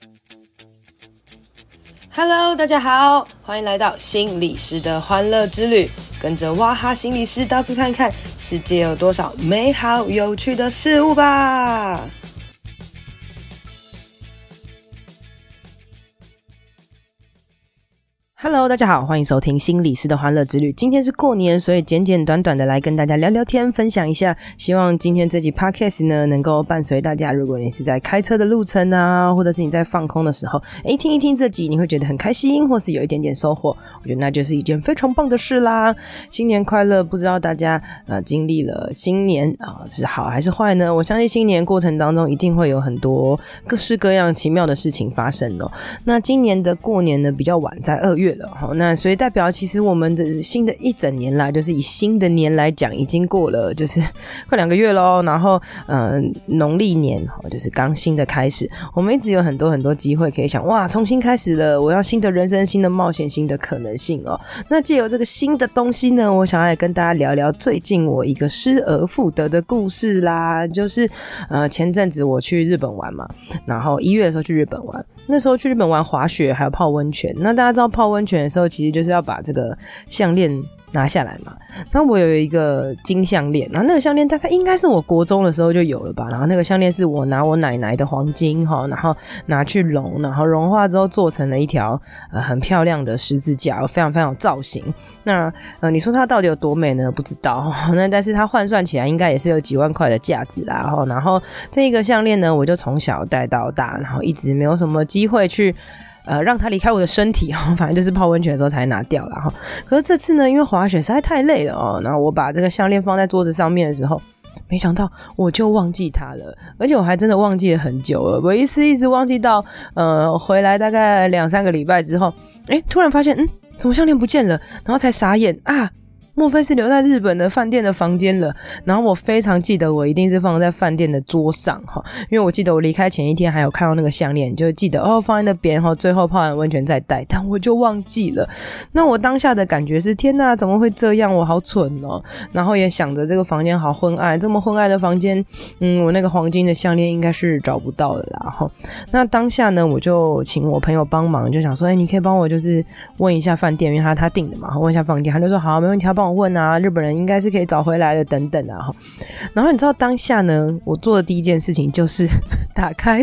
Hello， 大家好，欢迎来到心理师的欢乐之旅，跟着哇哈心理师到处看看世界有多少美好有趣的事物吧。Hello， 大家好，欢迎收听心理师的欢乐之旅。今天是过年，所以简简短短的来跟大家聊聊天，分享一下。希望今天这集 podcast 呢，能够伴随大家。如果你是在开车的路程啊，或者是你在放空的时候，听一听这集，你会觉得很开心，或是有一点点收获，我觉得那就是一件非常棒的事啦。新年快乐！不知道大家经历了新年是好还是坏呢？我相信新年过程当中一定会有很多各式各样奇妙的事情发生哦。那今年的过年呢比较晚，在2月。那所以代表其实我们的新的一整年啦，就是以新的年来讲，已经过了就是快2个月咯。然后农历年就是刚新的开始，我们一直有很多机会可以想，哇，重新开始了，我要新的人生、新的冒险、新的可能性哦。那藉由这个新的东西呢，我想要来跟大家聊聊最近我一个失而复得的故事啦。就是前阵子我去日本玩嘛，然后1月的时候去日本玩，那时候去日本玩滑雪还有泡温泉。那大家知道泡温泉的时候其实就是要把这个项链拿下来嘛。那我有一个金项链，然后那个项链大概应该是我国中的时候就有了吧。然后那个项链是我拿我奶奶的黄金然后拿去融，然后融化之后做成了一条很漂亮的十字架，非常非常有造型。那你说它到底有多美呢？不知道。那但是它换算起来应该也是有几万块的价值啦。然后这个项链呢，我就从小戴到大，然后一直没有什么机会去让它离开我的身体，反正就是泡温泉的时候才拿掉啦。可是这次呢，因为滑雪实在太累了然后我把这个项链放在桌子上面的时候，没想到我就忘记它了，而且我还真的忘记了很久了。我一直忘记到回来大概2-3个礼拜之后，突然发现怎么项链不见了，然后才傻眼啊，莫非是留在日本的饭店的房间了。然后我非常记得我一定是放在饭店的桌上因为我记得我离开前一天还有看到那个项链，就记得放在那边最后泡完温泉再戴，但我就忘记了。那我当下的感觉是天哪，怎么会这样，我好蠢然后也想着这个房间好昏暗，这么昏暗的房间我那个黄金的项链应该是找不到的啦那当下呢，我就请我朋友帮忙，就想说你可以帮我就是问一下饭店，因为他订的嘛，问一下饭店。他就说好，没问题，他帮我问啊，日本人应该是可以找回来的等等啊。然后你知道当下呢，我做的第一件事情就是打开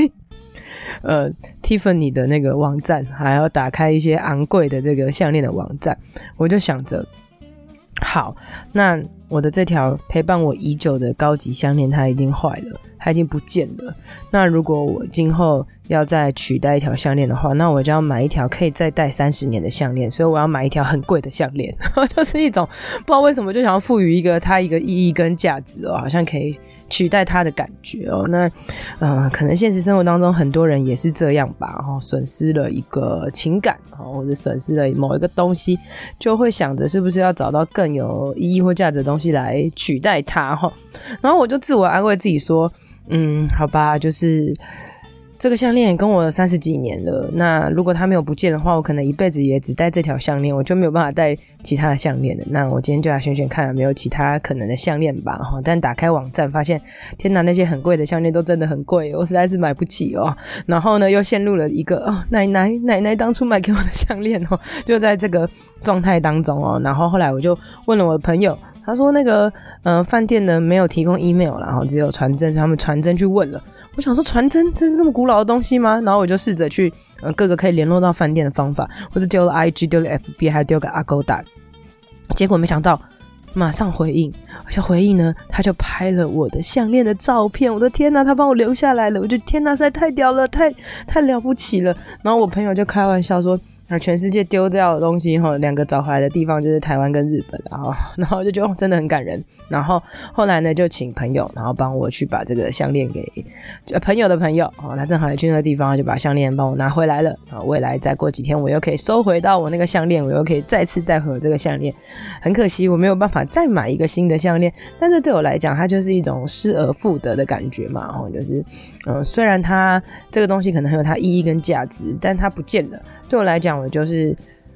Tiffany 的那个网站，还要打开一些昂贵的这个项链的网站。我就想着好，那我的这条陪伴我已久的高级项链它已经坏了，它已经不见了。那如果我今后要再取代一条项链的话，那我就要买一条可以再戴30年的项链，所以我要买一条很贵的项链就是一种不知道为什么就想要赋予它一个意义跟价值好像可以取代它的感觉那可能现实生活当中很多人也是这样吧损失了一个情感或者损失了某一个东西，就会想着是不是要找到更有意义或价值的东西来取代它然后我就自我安慰自己说好吧，就是这个项链跟我30几年了，那如果它没有不见的话，我可能一辈子也只戴这条项链，我就没有办法戴其他的项链了。那我今天就来选选看有没有其他可能的项链吧但打开网站发现天哪，那些很贵的项链都真的很贵，我实在是买不起然后呢又陷入了一个奶奶当初买给我的项链就在这个状态当中然后后来我就问了我的朋友，他说那个饭店呢没有提供 email 啦，然后只有传真，是他们传真去问了。我想说传真这是这么古老的东西吗？然后我就试着去各个可以联络到饭店的方法，或者丢了 IG 丢了 FB 还丢个 Agoda， 结果没想到马上回应，而且回应呢他就拍了我的项链的照片，我的天哪，他帮我留下来了，我觉得天哪，实在太屌了，太了不起了。然后我朋友就开玩笑说全世界丢掉的东西2个找回来的地方就是台湾跟日本然后就觉得真的很感人。然后后来呢就请朋友，然后帮我去把这个项链给朋友的朋友他正好也去那个地方，就把项链帮我拿回来了未来再过几天我又可以收回到我那个项链，我又可以再次带回我这个项链。很可惜我没有办法再买一个新的项链，但是对我来讲它就是一种失而复得的感觉嘛就是虽然它这个东西可能很有它意义跟价值，但它不见了，对我来讲我就是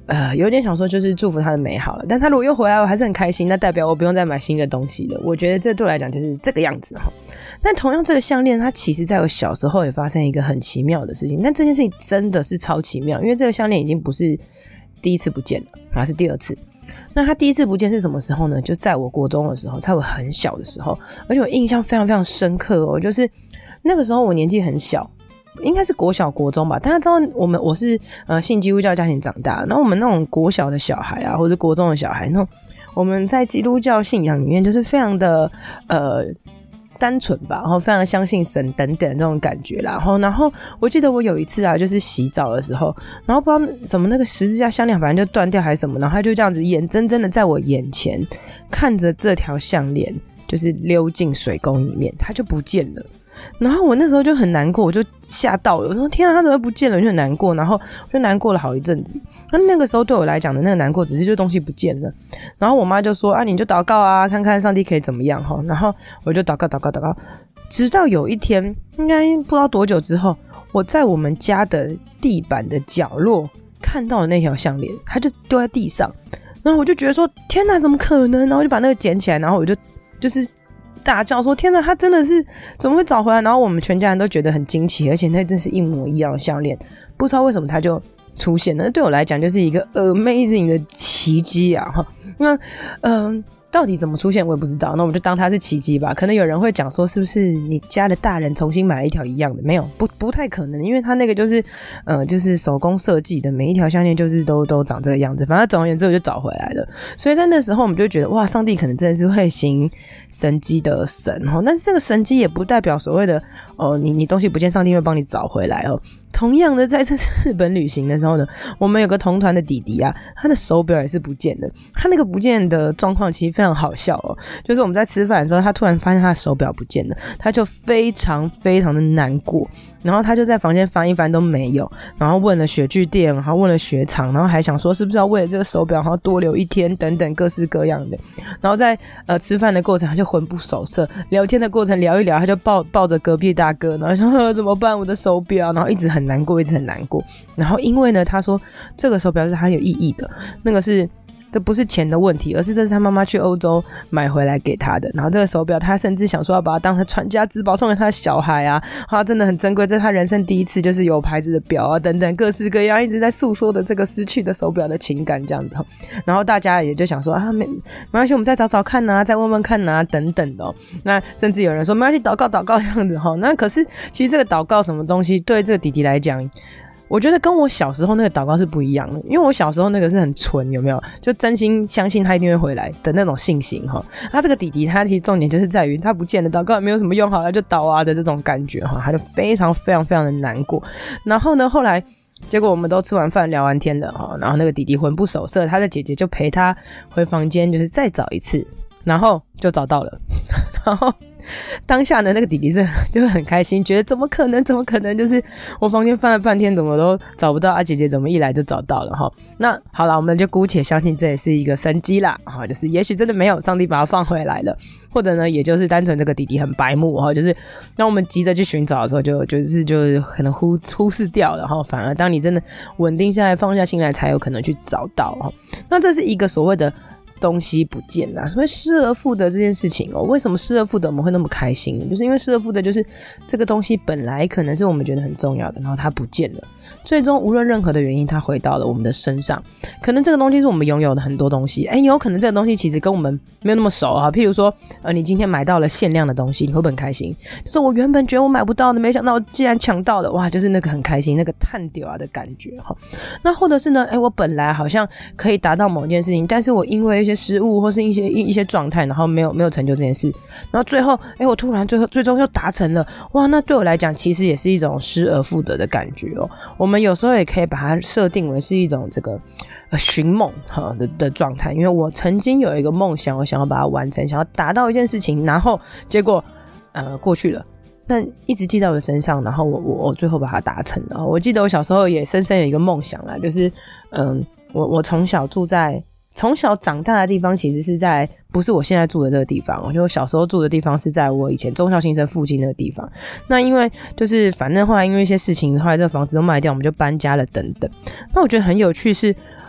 有点想说就是祝福他的美好了，但他如果又回来我还是很开心，那代表我不用再买新的东西了。我觉得这对我来讲就是这个样子哈。但同样这个项链它其实在我小时候也发生一个很奇妙的事情，但这件事情真的是超奇妙，因为这个项链已经不是第一次不见了，而是第二次。那他第一次不见是什么时候呢？就在我国中的时候，在我很小的时候，而且我印象非常非常深刻哦，就是那个时候我年纪很小，应该是国小国中吧。大家知道我是信基督教家庭长大的，然后我们那种国小的小孩啊，或者国中的小孩，那种我们在基督教信仰里面就是非常的单纯吧，然后非常相信神等等这种感觉啦。然后我记得我有一次啊，就是洗澡的时候，然后不知道什么那个十字架项链反正就断掉还是什么，然后他就这样子眼睁睁的在我眼前看着这条项链就是溜进水沟里面，它就不见了。然后我那时候就很难过，我就吓到了，我说天啊，他怎么不见了？我就很难过，然后就难过了好一阵子。那个时候对我来讲的那个难过只是就东西不见了，然后我妈就说啊，你就祷告啊，看看上帝可以怎么样。然后我就祷告，直到有一天应该不知道多久之后，我在我们家的地板的角落看到了那条项链，它就丢在地上，然后我就觉得说天哪，怎么可能？然后我就把那个捡起来，然后我就是大叫说天哪，他真的是怎么会找回来？然后我们全家人都觉得很惊奇，而且那真是一模一样的项链，不知道为什么他就出现了。对我来讲就是一个 amazing 的奇迹啊！那到底怎么出现我也不知道，那我们就当它是奇迹吧。可能有人会讲说是不是你家的大人重新买了一条一样的？没有，不太可能，因为他那个就是手工设计的，每一条项链就是都长这个样子。反正总而言之我就找回来了。所以在那时候我们就觉得哇，上帝可能真的是会行神迹的神。但是这个神迹也不代表所谓的你东西不见上帝会帮你找回来哦。同样的在这次日本旅行的时候呢，我们有个同团的弟弟啊，他的手表也是不见的。他那个不见的状况其实非常好笑哦，就是我们在吃饭的时候，他突然发现他的手表不见了，他就非常非常的难过，然后他就在房间翻一翻都没有，然后问了雪具店，然后问了雪场，然后还想说是不是要为了这个手表然后多留一天等等各式各样的。然后在吃饭的过程他就魂不守舍，聊天的过程聊一聊他就抱着隔壁大哥，然后说怎么办我的手表，然后一直很难过。然后因为呢他说这个手表是他有意义的，这不是钱的问题，而是这是他妈妈去欧洲买回来给他的。然后这个手表他甚至想说要把它当成传家之宝送给他的小孩啊，他真的很珍贵，这是他人生第一次就是有牌子的表啊等等各式各样，一直在诉说的这个失去的手表的情感这样子。然后大家也就想说啊，没关系，我们再找找看啊，再问问看啊等等的哦。那甚至有人说没关系，祷告这样子。那可是其实这个祷告什么东西对这个弟弟来讲，我觉得跟我小时候那个祷告是不一样的，因为我小时候那个是很纯，有没有？就真心相信他一定会回来的那种信心哈。他这个弟弟，他其实重点就是在于他不见了，祷告也没有什么用，好了就倒啊的这种感觉哈，他就非常非常非常的难过。然后呢，后来结果我们都吃完饭聊完天了哈，然后那个弟弟魂不守舍，他的姐姐就陪他回房间，就是再找一次，然后就找到了，然后。当下呢，那个弟弟就很开心，觉得怎么可能，就是我房间翻了半天，怎么都找不到啊，姐姐怎么一来就找到了哈？那好了，我们就姑且相信这也是一个神迹啦，哈，就是也许真的没有，上帝把它放回来了，或者呢，也就是单纯这个弟弟很白目哈，就是让我们急着去寻找的时候，就可能忽视掉了哈，反而当你真的稳定下来，放下心来，才有可能去找到哈。那这是一个所谓的。东西不见了，所以失而复得这件事情为什么失而复得我们会那么开心呢？就是因为失而复得就是这个东西本来可能是我们觉得很重要的，然后它不见了，最终无论任何的原因它回到了我们的身上。可能这个东西是我们拥有的很多东西，有可能这个东西其实跟我们没有那么熟啊。譬如说你今天买到了限量的东西，你会不会很开心？就是我原本觉得我买不到的，没想到我竟然抢到了，哇，就是那个很开心，那个探丢啊的感觉哈。那或者是呢我本来好像可以达到某件事情，但是我因为一些失误或是一些状态，然后没有成就这件事，然后最后我突然最终又达成了，哇，那对我来讲其实也是一种失而复得的感觉哦。我们有时候也可以把它设定为是一种这个寻梦的状态，因为我曾经有一个梦想，我想要把它完成，想要达到一件事情，然后结果过去了，但一直记在我的身上，然后我最后把它达成了。我记得我小时候也深深有一个梦想啦，就是我从小长大的地方其实是在不是我现在住的这个地方，我就小时候住的地方是在我以前忠孝新生附近那个地方。那因为就是反正后来因为一些事情，后来这个房子都卖掉，我们就搬家了等等。那我觉得很有趣是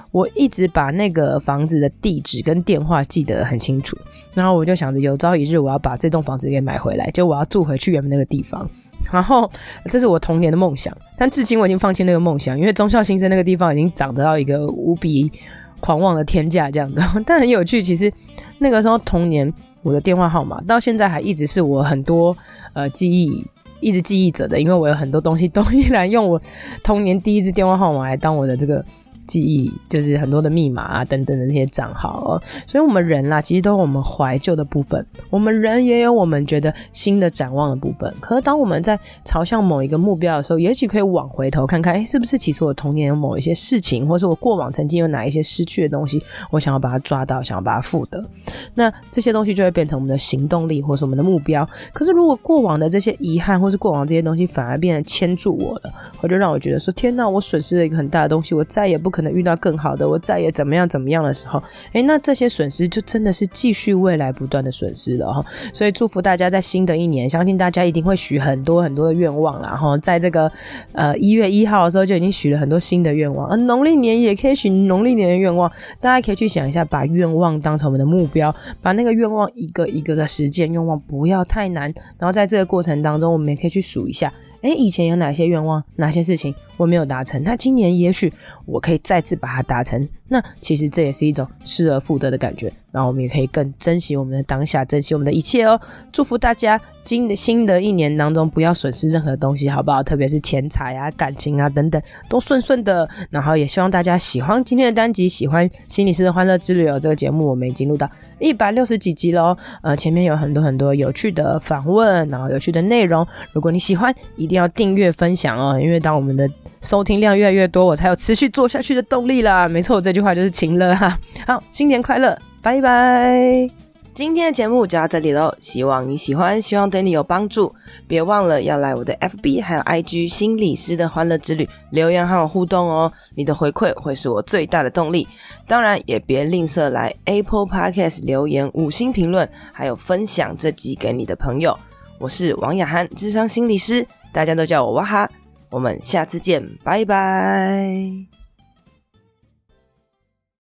我一直把那个房子的地址跟电话记得很清楚，然后我就想着有朝一日我要把这栋房子给买回来，就我要住回去原本那个地方。然后这是我童年的梦想，但至今我已经放弃那个梦想，因为忠孝新生那个地方已经涨得到一个无比狂妄的天价这样的。但很有趣，其实那个时候童年我的电话号码到现在还一直是我很多一直记忆着的，因为我有很多东西都依然用我童年第一支电话号码来当我的这个记忆，就是很多的密码啊等等的这些账号所以我们人啦，其实都有我们怀旧的部分，我们人也有我们觉得新的展望的部分。可是当我们在朝向某一个目标的时候，也许可以往回头看看，是不是其实我童年有某一些事情，或是我过往曾经有哪一些失去的东西，我想要把它抓到，想要把它复得，那这些东西就会变成我们的行动力，或是我们的目标。可是如果过往的这些遗憾，或是过往这些东西反而变得牵住我了，我就让我觉得说，天哪，我损失了一个很大的东西，我再也不可能遇到更好的，我再也怎么样的时候，那这些损失就真的是继续未来不断的损失了所以祝福大家在新的一年，相信大家一定会许很多很多的愿望啦在这个1月1号的时候就已经许了很多新的愿望，农历年也可以许农历年的愿望，大家可以去想一下，把愿望当成我们的目标，把那个愿望一个一个的实践，愿望不要太难，然后在这个过程当中我们也可以去数一下，以前有哪些愿望，哪些事情我没有达成，那今年也许我可以再次把它达成，那其实这也是一种失而复得的感觉，然后我们也可以更珍惜我们的当下，珍惜我们的一切祝福大家新的一年当中不要损失任何东西，好不好？特别是钱财啊、感情啊等等都顺顺的，然后也希望大家喜欢今天的单集，喜欢心理师的欢乐之旅这个节目我们已经录到160几集咯前面有很多很多有趣的访问，然后有趣的内容，如果你喜欢一定要订阅分享因为当我们的收听量越来越多，我才有持续做下去的动力啦。没错，这句话就是情乐好，新年快乐，拜拜。今天的节目就到这里咯，希望你喜欢，希望对你有帮助。别忘了要来我的 FB 还有 IG 心理师的欢乐之旅留言和我互动你的回馈会是我最大的动力。当然也别吝啬来 Apple Podcast 留言5星评论，还有分享这集给你的朋友。我是王雅涵，諮商心理师，大家都叫我哇哈，我们下次见，拜拜。